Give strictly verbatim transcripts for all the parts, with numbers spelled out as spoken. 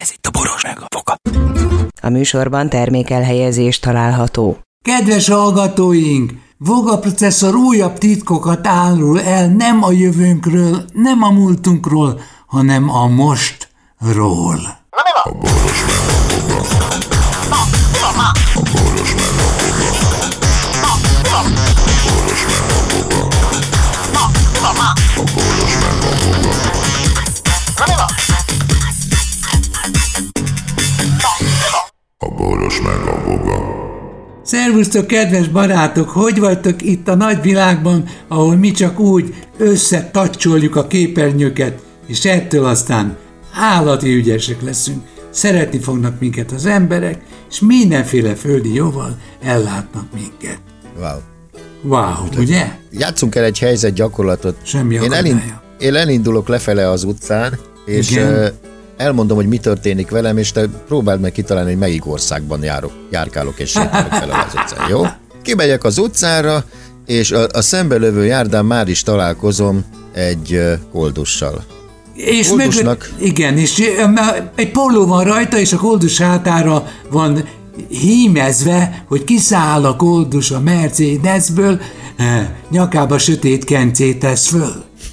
Ez itt a Boros meg a Foka. A műsorban termékelhelyezés található. Kedves hallgatóink! Voga processzor újabb titkokat árul el nem a jövőnkről, nem a múltunkról, hanem a mostról. A Boros meg a Foka. A Boros meg a Foka. A Boros meg a Foka. A Boros meg a Foka. A Boros meg a Foka. Szervusztok, kedves barátok! Hogy vagytok itt a nagy világban, ahol mi csak úgy összetacsoljuk a képernyőket, és ettől aztán állati ügyesek leszünk. Szeretni fognak minket az emberek, és mindenféle földi jóval ellátnak minket. Wow. Wow, ugye? Játszunk el egy helyzet gyakorlatot. Semmi én, akadálya. elind, én elindulok lefele az utcán, és Igen. elmondom, hogy mi történik velem, és te próbáld meg kitalálni, hogy melyik országban járok, járkálok és sétálok vele az utcán, jó? Kimegyek az utcára, és a, a szembelövő járdán már is találkozom egy uh, koldussal. És Koldusnak... meg, igen, és egy póló van rajta, és a koldus hátára van hímezve, hogy kiszáll a koldus a Mercedesből, nyakába sötét kencét tesz föl.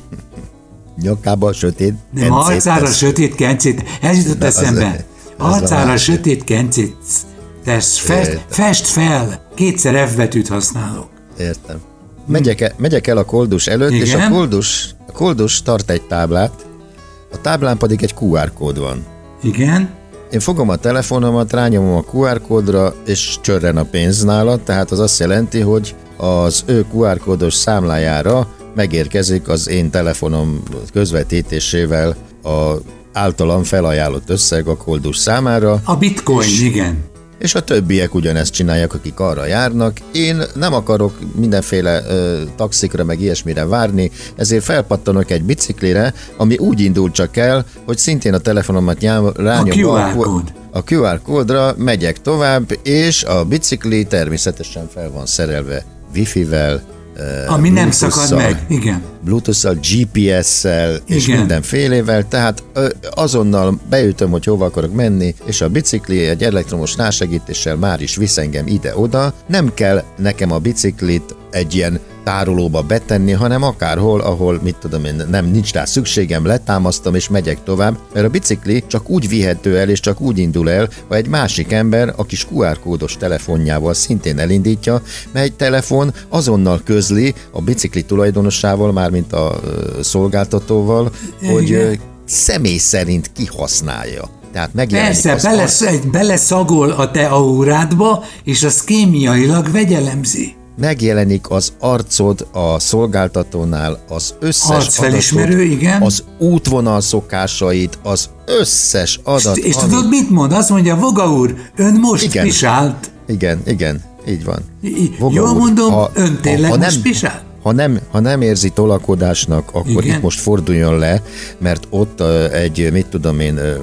Nyakába sötét Nem, arcára sötét kencét, ez jutott eszembe. Arcára sötét kencét tesz, fest, fest fel, kétszer F betűt használok. Értem. Megyek el, megyek el a koldus előtt, igen? És a koldus, a koldus tart egy táblát, a táblán pedig egy kú ár kód van. Igen. Én fogom a telefonomat, rányomom a kú ár kódra, és csörren a pénz nála, tehát az azt jelenti, hogy az ő kú ár kódos számlájára megérkezik az én telefonom közvetítésével a általam felajánlott összeg a koldus számára. A bitcoin, és, igen. És a többiek ugyanezt csinálják, akik arra járnak. Én nem akarok mindenféle ö, taxikra meg ilyesmire várni, ezért felpattanok egy biciklire, ami úgy indul csak el, hogy szintén a telefonomat nyám, rányomva a kú ár kód. A kú ár kódra megyek tovább, és a bicikli természetesen fel van szerelve wifi-vel, ami nem szakad meg, igen. Bluetooth-szal, gé pé es-szel és igen. mindenfélével, tehát azonnal beütöm, hogy hova akarok menni, és a bicikli egy elektromos rásegítéssel már is visz engem ide-oda. Nem kell nekem a biciklit egy ilyen tárolóba betenni, hanem akárhol, ahol, mit tudom én, nem nincs rá szükségem, letámasztom és megyek tovább, mert a bicikli csak úgy vihető el, és csak úgy indul el, ha egy másik ember a kis kú ár kódos telefonjával szintén elindítja, mert egy telefon azonnal közli a bicikli tulajdonossával, mármint a ö, szolgáltatóval, igen. hogy ö, személy szerint kihasználja. Tehát persze, belesz, egy, beleszagol a te aurádba, és az kémiailag vegyelemzi. Megjelenik az arcod a szolgáltatónál, az összes arcfelismerő, adatot, igen. az útvonal szokásait, az összes adat. És, és ami... tudod, mit mond? Azt mondja, Voga úr, ön most igen. pisált. Igen, igen, így van. Voga Jól úr, mondom, ha, ön tényleg ha, ha most nem, pisált? Ha nem, ha nem érzi tolakodásnak, akkor igen. itt most forduljon le, mert ott uh, egy, mit tudom én, uh,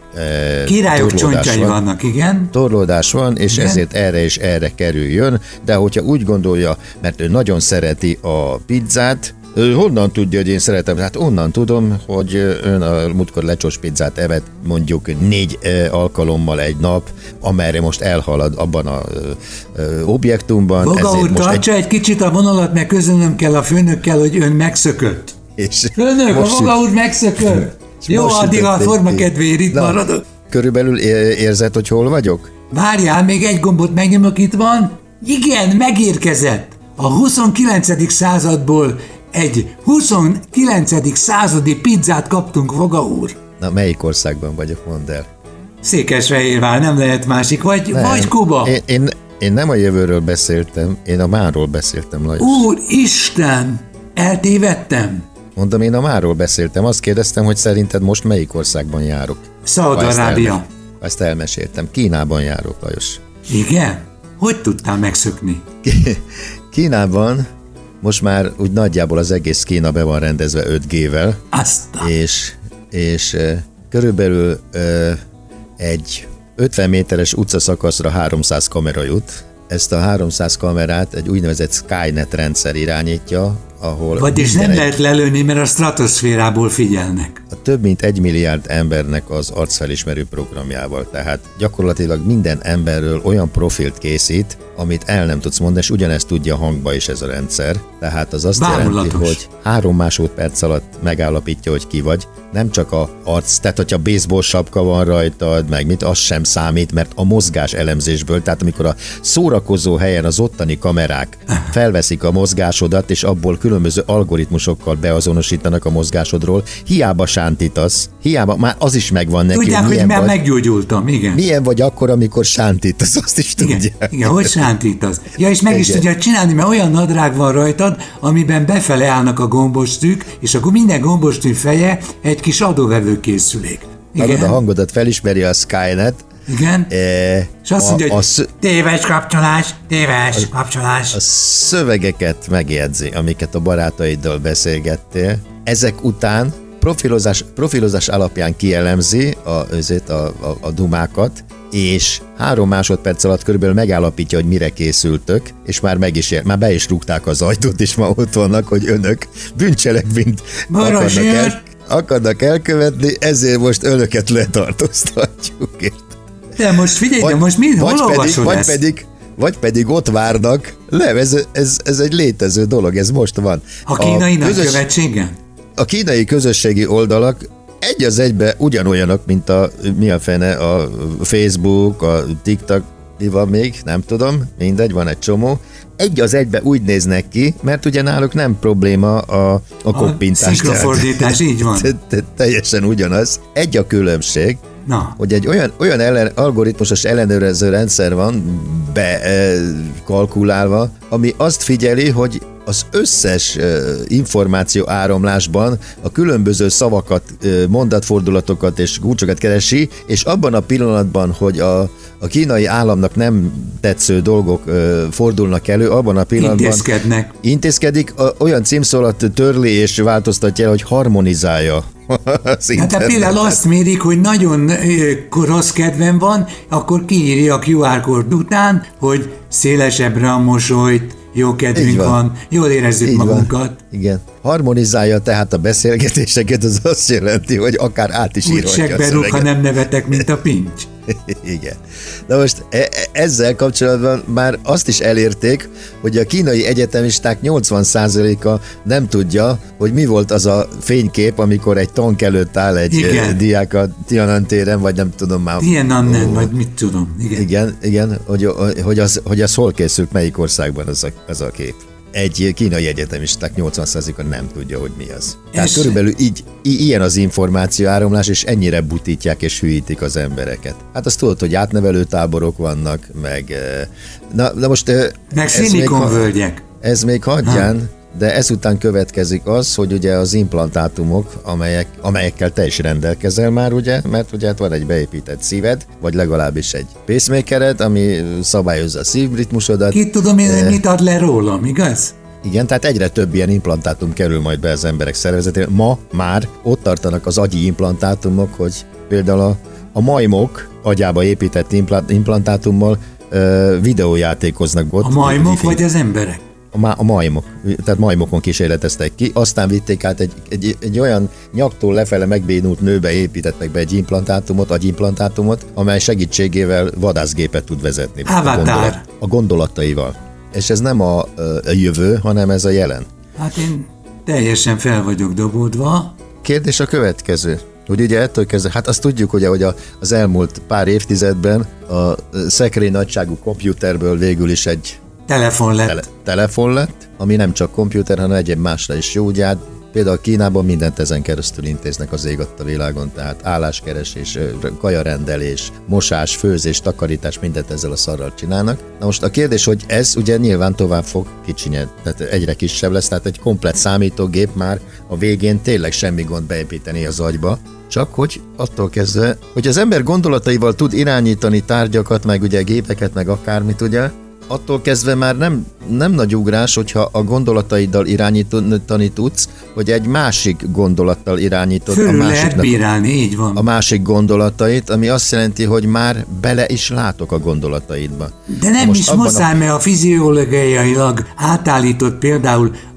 királyok csontjai van, vannak, igen. Torlódás van, és igen. ezért erre és erre kerüljön, de hogyha úgy gondolja, mert ő nagyon szereti a pizzát, ő honnan tudja, hogy én szeretem? Hát onnan tudom, hogy ön a múltkor lecsos pizzát evett mondjuk négy e, alkalommal egy nap, amerre most elhalad abban a e, e, objektumban. Voga úr, tartsa egy... egy kicsit a vonalat, mert közölnöm kell a főnökkel, hogy ön megszökött. És főnök, a Voga úr megszökött. Jó, addig a forma kedvéért itt Na, maradok. Körülbelül érzed, hogy hol vagyok? Várjál, még egy gombot megnyomok, itt van. Igen, megérkezett. A huszonkilencedik századból egy huszonkilencedik századi pizzát kaptunk, Voga úr. Na, melyik országban vagyok, mondd el. Székesfehérvár, nem lehet másik, vagy, nem, vagy Kuba. Én, én, én nem a jövőről beszéltem, én a máról beszéltem, Lajos. Úristen, eltévedtem. Mondom, én a máról beszéltem, azt kérdeztem, hogy szerinted most melyik országban járok. Szaúd-Arábia. Ezt, ezt elmeséltem, Kínában járok, Lajos. Igen? Hogy tudtál megszökni? Kínában most már úgy nagyjából az egész Kína be van rendezve öt G-vel. Aztán. És, és e, körülbelül e, egy ötven méteres utcaszakaszra háromszáz kamera jut. Ezt a háromszáz kamerát egy úgynevezett Skynet rendszer irányítja, ahol... Vagyis nem egy... lehet lelőni, mert a stratoszférából figyelnek. a több mint egy milliárd embernek az arcfelismerő programjával. Tehát gyakorlatilag minden emberről olyan profilt készít, amit el nem tudsz mondani, és ugyanezt tudja hangba is ez a rendszer. Tehát az azt Bámulatos. jelenti, hogy három másodperc alatt megállapítja, hogy ki vagy. Nem csak a arc, tehát hogyha baseball sapka van rajtad, meg mit, az sem számít, mert a mozgás elemzésből, tehát amikor a szórakozó helyen az ottani kamerák felveszik a mozgásodat, és abból különböző algoritmusokkal beazonosítanak a mozgásodról, hiába sántítasz, hiába, már az is megvan neki. Tudják, hogy már vagy, meggyógyultam, igen. milyen vagy akkor, amikor sántítasz, azt is Igen, tudják. igen, hogy sántítasz. Ja, és meg is Igen. tudja csinálni, mert olyan nadrág van rajtad, amiben befele állnak a gombostűk, és akkor minden gombostű feje egy kis adóvevő készülék. Hallod, a Igen, hangodat felismeri a Skynet. igen. E, És azt mondja, a, a, hogy szö- téves kapcsolás, téves kapcsolás. a szövegeket megjegyzi, amiket a barátaiddal beszélgettél. Ezek után profilozás, profilozás alapján kielemzi a, azért a, a, a dumákat, és három másodperc alatt körülbelül megállapítja, hogy mire készültök, és már meg is ér, már be is rúgták az ajtót, és már ott vannak, hogy önök bűncselekményt akarnak, el, akarnak elkövetni, ezért most önöket letartóztatjuk. De most figyelj, de most mind, hol vagy pedig, olvasod vagy ezt? pedig, vagy pedig ott várnak. Nem, ez, ez, ez egy létező dolog, ez most van. A kínai közös- nagykövetségen? A kínai közösségi oldalak egy az egybe ugyanolyanok, mint a, mi a fene, a Facebook, a TikTok, mi van még, nem tudom, mindegy, van egy csomó. Egy az egybe úgy néznek ki, mert ugye náluk nem probléma a, a koppintás. A szinkrofordítás, így van. Teljesen ugyanaz. Egy a különbség, Na. hogy egy olyan, olyan ellen, algoritmusos ellenőrző rendszer van bekalkulálva, ami azt figyeli, hogy az összes uh, információ áramlásban a különböző szavakat, uh, mondatfordulatokat és kulcsokat keresi, és abban a pillanatban, hogy a, a kínai államnak nem tetsző dolgok uh, fordulnak elő, abban a pillanatban Intézkednek. intézkedik, a, olyan címszólat törli és változtatja, hogy harmonizálja az Hát ha például azt mérik, hogy nagyon ö, rossz kedvem van, akkor kiírja a kú ár kód után, hogy szélesebbre a mosolyt, jó kedvünk Így van. van, jól érezzük Így magunkat. Van. Igen. Harmonizálja tehát a beszélgetéseket, az azt jelenti, hogy akár át is Úgy írhatja a segbe rúg, ha szöveget. nem nevetek, mint a pincs. Igen. Na most e- e- ezzel kapcsolatban már azt is elérték, hogy a kínai egyetemisták nyolcvan százaléka nem tudja, hogy mi volt az a fénykép, amikor egy tank előtt áll egy Igen. eh, diák a Tiananmen téren, vagy nem tudom már. Ilyen annen, Ó, vagy mit tudom. Igen. Igen, igen, hogy, hogy, az, hogy az hol készült, melyik országban az a, az a kép. Egy kínai egyetemisták nyolcvan százaléka nem tudja, hogy mi az. Tehát Ez- körülbelül így, i- ilyen az információ áramlás, és ennyire butítják és hülyítik az embereket. Hát azt tudod, hogy átnevelő táborok vannak, meg... eh, Na, na most... eh, Meg ez még ha- szilikonvölgyek. Ez még hagyján, de ezután következik az, hogy ugye az implantátumok, amelyek, amelyekkel te is rendelkezel már, ugye, mert ugye hát van egy beépített szíved, vagy legalábbis egy pacemakered, ami szabályozza a szívritmusodat. Ki tudom én, hogy mit ad le rólam, igaz? Igen, tehát egyre több ilyen implantátum kerül majd be az emberek szervezetére. Ma már ott tartanak az agyi implantátumok, hogy például a, a majmok agyába épített implant, implantátummal ö, videójátékoznak ott. A majmok Wifi- vagy az emberek? A, má- a majmok, tehát majmokon kísérleteztek ki, aztán vitték át egy, egy, egy olyan nyaktól lefele megbénult nőbe építettek be egy implantátumot, agyimplantátumot, amely segítségével vadászgépet tud vezetni. Avatar. A, gondolat, a gondolataival. És ez nem a, a jövő, hanem ez a jelen. Hát én teljesen fel vagyok dobódva. Kérdés a következő. Hogy ugye ettől kezdve, hát azt tudjuk, hogy ahogy a, az elmúlt pár évtizedben a szekrény nagyságú kompjúterből végül is egy Telefon lett. Tele- telefon lett, ami nem csak kompjúter, hanem egyéb másra is jó. Ugye hát például Kínában mindent ezen keresztül intéznek az ég adta a világon, tehát álláskeresés, kajarendelés, mosás, főzés, takarítás, mindent ezzel a szarral csinálnak. Na most a kérdés, hogy ez ugye nyilván tovább fog kicsinyed, tehát egyre kisebb lesz, tehát egy komplett számítógép már a végén tényleg semmi gond beépíteni az agyba, csak hogy attól kezdve, hogy az ember gondolataival tud irányítani tárgyakat, meg ugye gépeket, meg akármit, ugye, attól kezdve már nem, nem nagy ugrás, hogyha a gondolataiddal irányítani tudsz, hogy egy másik gondolattal irányítod a Fölül lehet másiknak bírálni, így van. a másik gondolatait, ami azt jelenti, hogy már bele is látok a gondolataidba. De Na nem most is abban muszáj, mert a fiziológiailag átállított például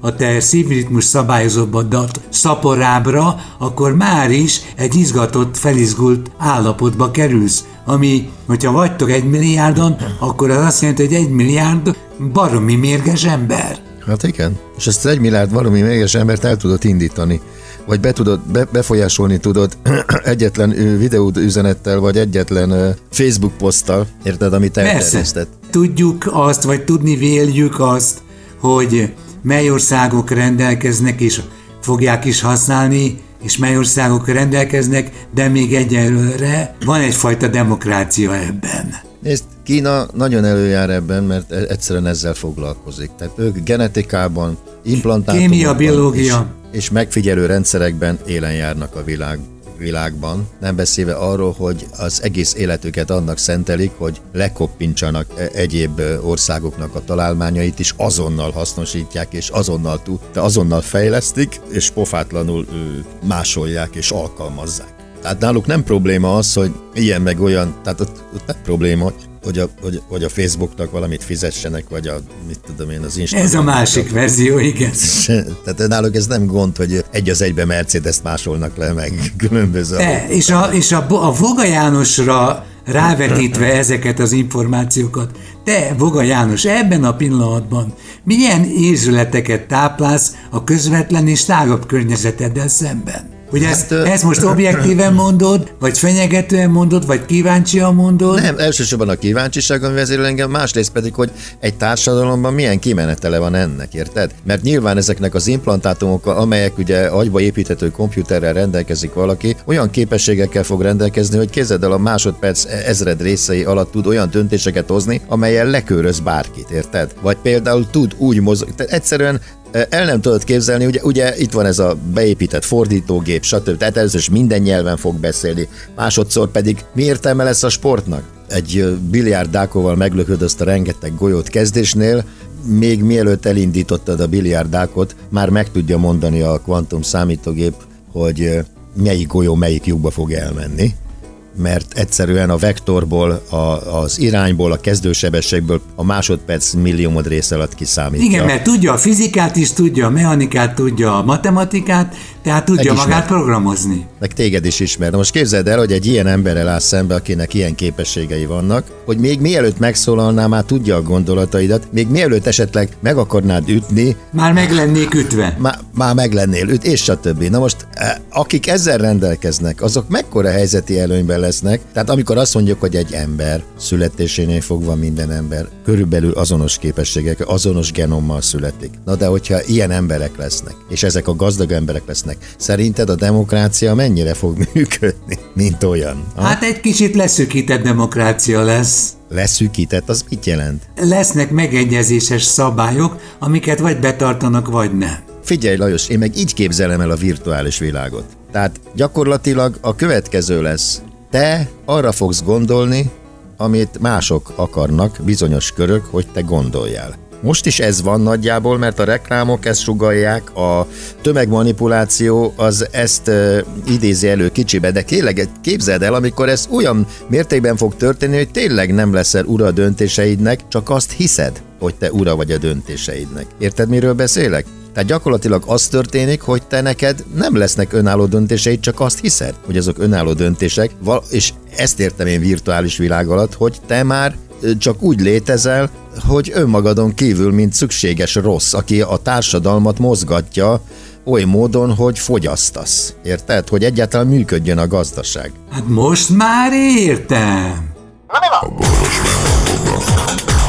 a te szívritmus szabályozóbbadat szaporábra, akkor már is egy izgatott, felizgult állapotba kerülsz, ami, hogyha vagytok egy milliárdon, akkor az azt jelenti, hogy egy milliárd baromi mérges ember. Hát igen, és ezt az egy milliárd valami mérges embert el tudod indítani, vagy be tudod, be, befolyásolni tudod egyetlen videó üzenettel, vagy egyetlen Facebook poszttal, érted, amit elterjesztett. Tudjuk azt, vagy tudni véljük azt, hogy mely országok rendelkeznek, és fogják is használni, és mely országok rendelkeznek, de még egyelőre van egyfajta demokrácia ebben. Nézd, Kína nagyon előjár ebben, mert egyszerűen ezzel foglalkozik. Tehát ők genetikában, implantátumokban kémia, biológia és, és megfigyelő rendszerekben élen járnak a világ, világban. Nem beszélve arról, hogy az egész életüket annak szentelik, hogy lekoppintsanak egyéb országoknak a találmányait is, azonnal hasznosítják, és azonnal, de azonnal fejlesztik, és pofátlanul másolják és alkalmazzák. Tehát náluk nem probléma az, hogy ilyen meg olyan, tehát ott, ott nem probléma, hogy a, hogy, hogy a Facebooknak valamit fizessenek, vagy a, mit tudom én, az Instagram. Ez a másik verzió, igen. Tehát náluk ez nem gond, hogy egy az egybe Mercedes-t másolnak le, meg különböző. De, és a, és a, a Voga Jánosra rávetítve ezeket az információkat, te, Voga János, ebben a pillanatban milyen érzületeket táplálsz a közvetlen és tágabb környezeteddel szemben? Hogy ezt, hát, ezt most objektíven mondod, vagy fenyegetően mondod, vagy kíváncsian mondod? Nem, elsősorban a kíváncsiság, ami vezérel engem, másrészt pedig, hogy egy társadalomban milyen kimenetele van ennek, érted? Mert nyilván ezeknek az implantátumokkal, amelyek ugye agyba építhető komputerrel rendelkezik valaki, olyan képességekkel fog rendelkezni, hogy képzeld el, a másodperc ezred részei alatt tud olyan döntéseket hozni, amellyel lekőröz bárkit, érted? Vagy például tud úgy mozogni, egyszerűen el nem tudod képzelni, ugye, ugye itt van ez a beépített fordítógép, stb. Tehát először is minden nyelven fog beszélni, másodszor pedig mi értelme lesz a sportnak? Egy biliárdákóval meglököd azt a rengeteg golyót kezdésnél, még mielőtt elindítottad a biliárdákot, már meg tudja mondani a kvantum számítógép, hogy melyik golyó melyik lyukba fog elmenni, mert egyszerűen a vektorból, a, az irányból, a kezdősebességből a másodperc milliómod rész alatt kiszámítja. Igen, mert tudja a fizikát is, tudja a mechanikát, tudja a matematikát, tehát tudja Megismer. magát programozni. Meg téged is ismer. Na most képzeld el, hogy egy ilyen emberrel állsz szembe, akinek ilyen képességei vannak, hogy még mielőtt megszólalnál, már tudja a gondolataidat, még mielőtt esetleg meg akarnád ütni, már meg lennék ütve. Má, már meg lennél üt, és stb. Na most, akik ezzel rendelkeznek, azok mekkora helyzeti előnyben lesznek? Tehát amikor azt mondjuk, hogy egy ember születésénél fogva minden ember körülbelül azonos képességek, azonos genommal születik. Na de hogyha ilyen emberek lesznek, és ezek a gazdag emberek lesznek, szerinted a demokrácia mennyire fog működni, mint olyan? Ha? Hát egy kicsit leszűkített demokrácia lesz. Leszűkített, az mit jelent? Lesznek megegyezéses szabályok, amiket vagy betartanak, vagy nem. Figyelj Lajos, én meg így képzelem el a virtuális világot. Tehát gyakorlatilag a következő lesz. Te arra fogsz gondolni, amit mások akarnak, bizonyos körök, hogy te gondoljál. Most is ez van nagyjából, mert a reklámok ezt sugallják, a tömegmanipuláció az ezt uh, idézi elő kicsibe, de tényleg képzeld el, amikor ez olyan mértékben fog történni, hogy tényleg nem leszel ura a döntéseidnek, csak azt hiszed, hogy te ura vagy a döntéseidnek. Érted, miről beszélek? Tehát gyakorlatilag az történik, hogy te neked nem lesznek önálló döntéseid, csak azt hiszed, hogy azok önálló döntések, és ezt értem én virtuális világ alatt, hogy te már csak úgy létezel, hogy önmagadon kívül, mint szükséges rossz, aki a társadalmat mozgatja oly módon, hogy fogyasztasz. Érted? Hogy egyáltalán működjön a gazdaság. Hát most már értem. A boros meghalkodnak.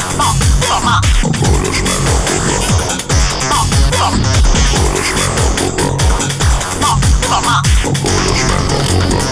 A boros meghalkodnak. A boros meghalkodnak. A boros meghalkodnak.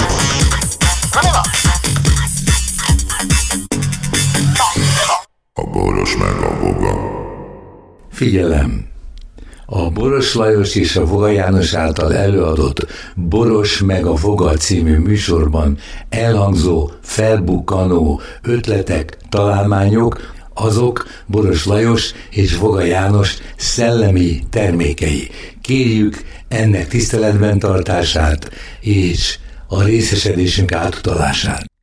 A boros meg a voga. Figyelem! A Boros Lajos és a Voga János által előadott Boros meg a Voga című műsorban elhangzó, felbukkanó ötletek, találmányok, azok Boros Lajos és Voga János szellemi termékei. Kérjük ennek tiszteletben tartását és a részesedésünk átutalását.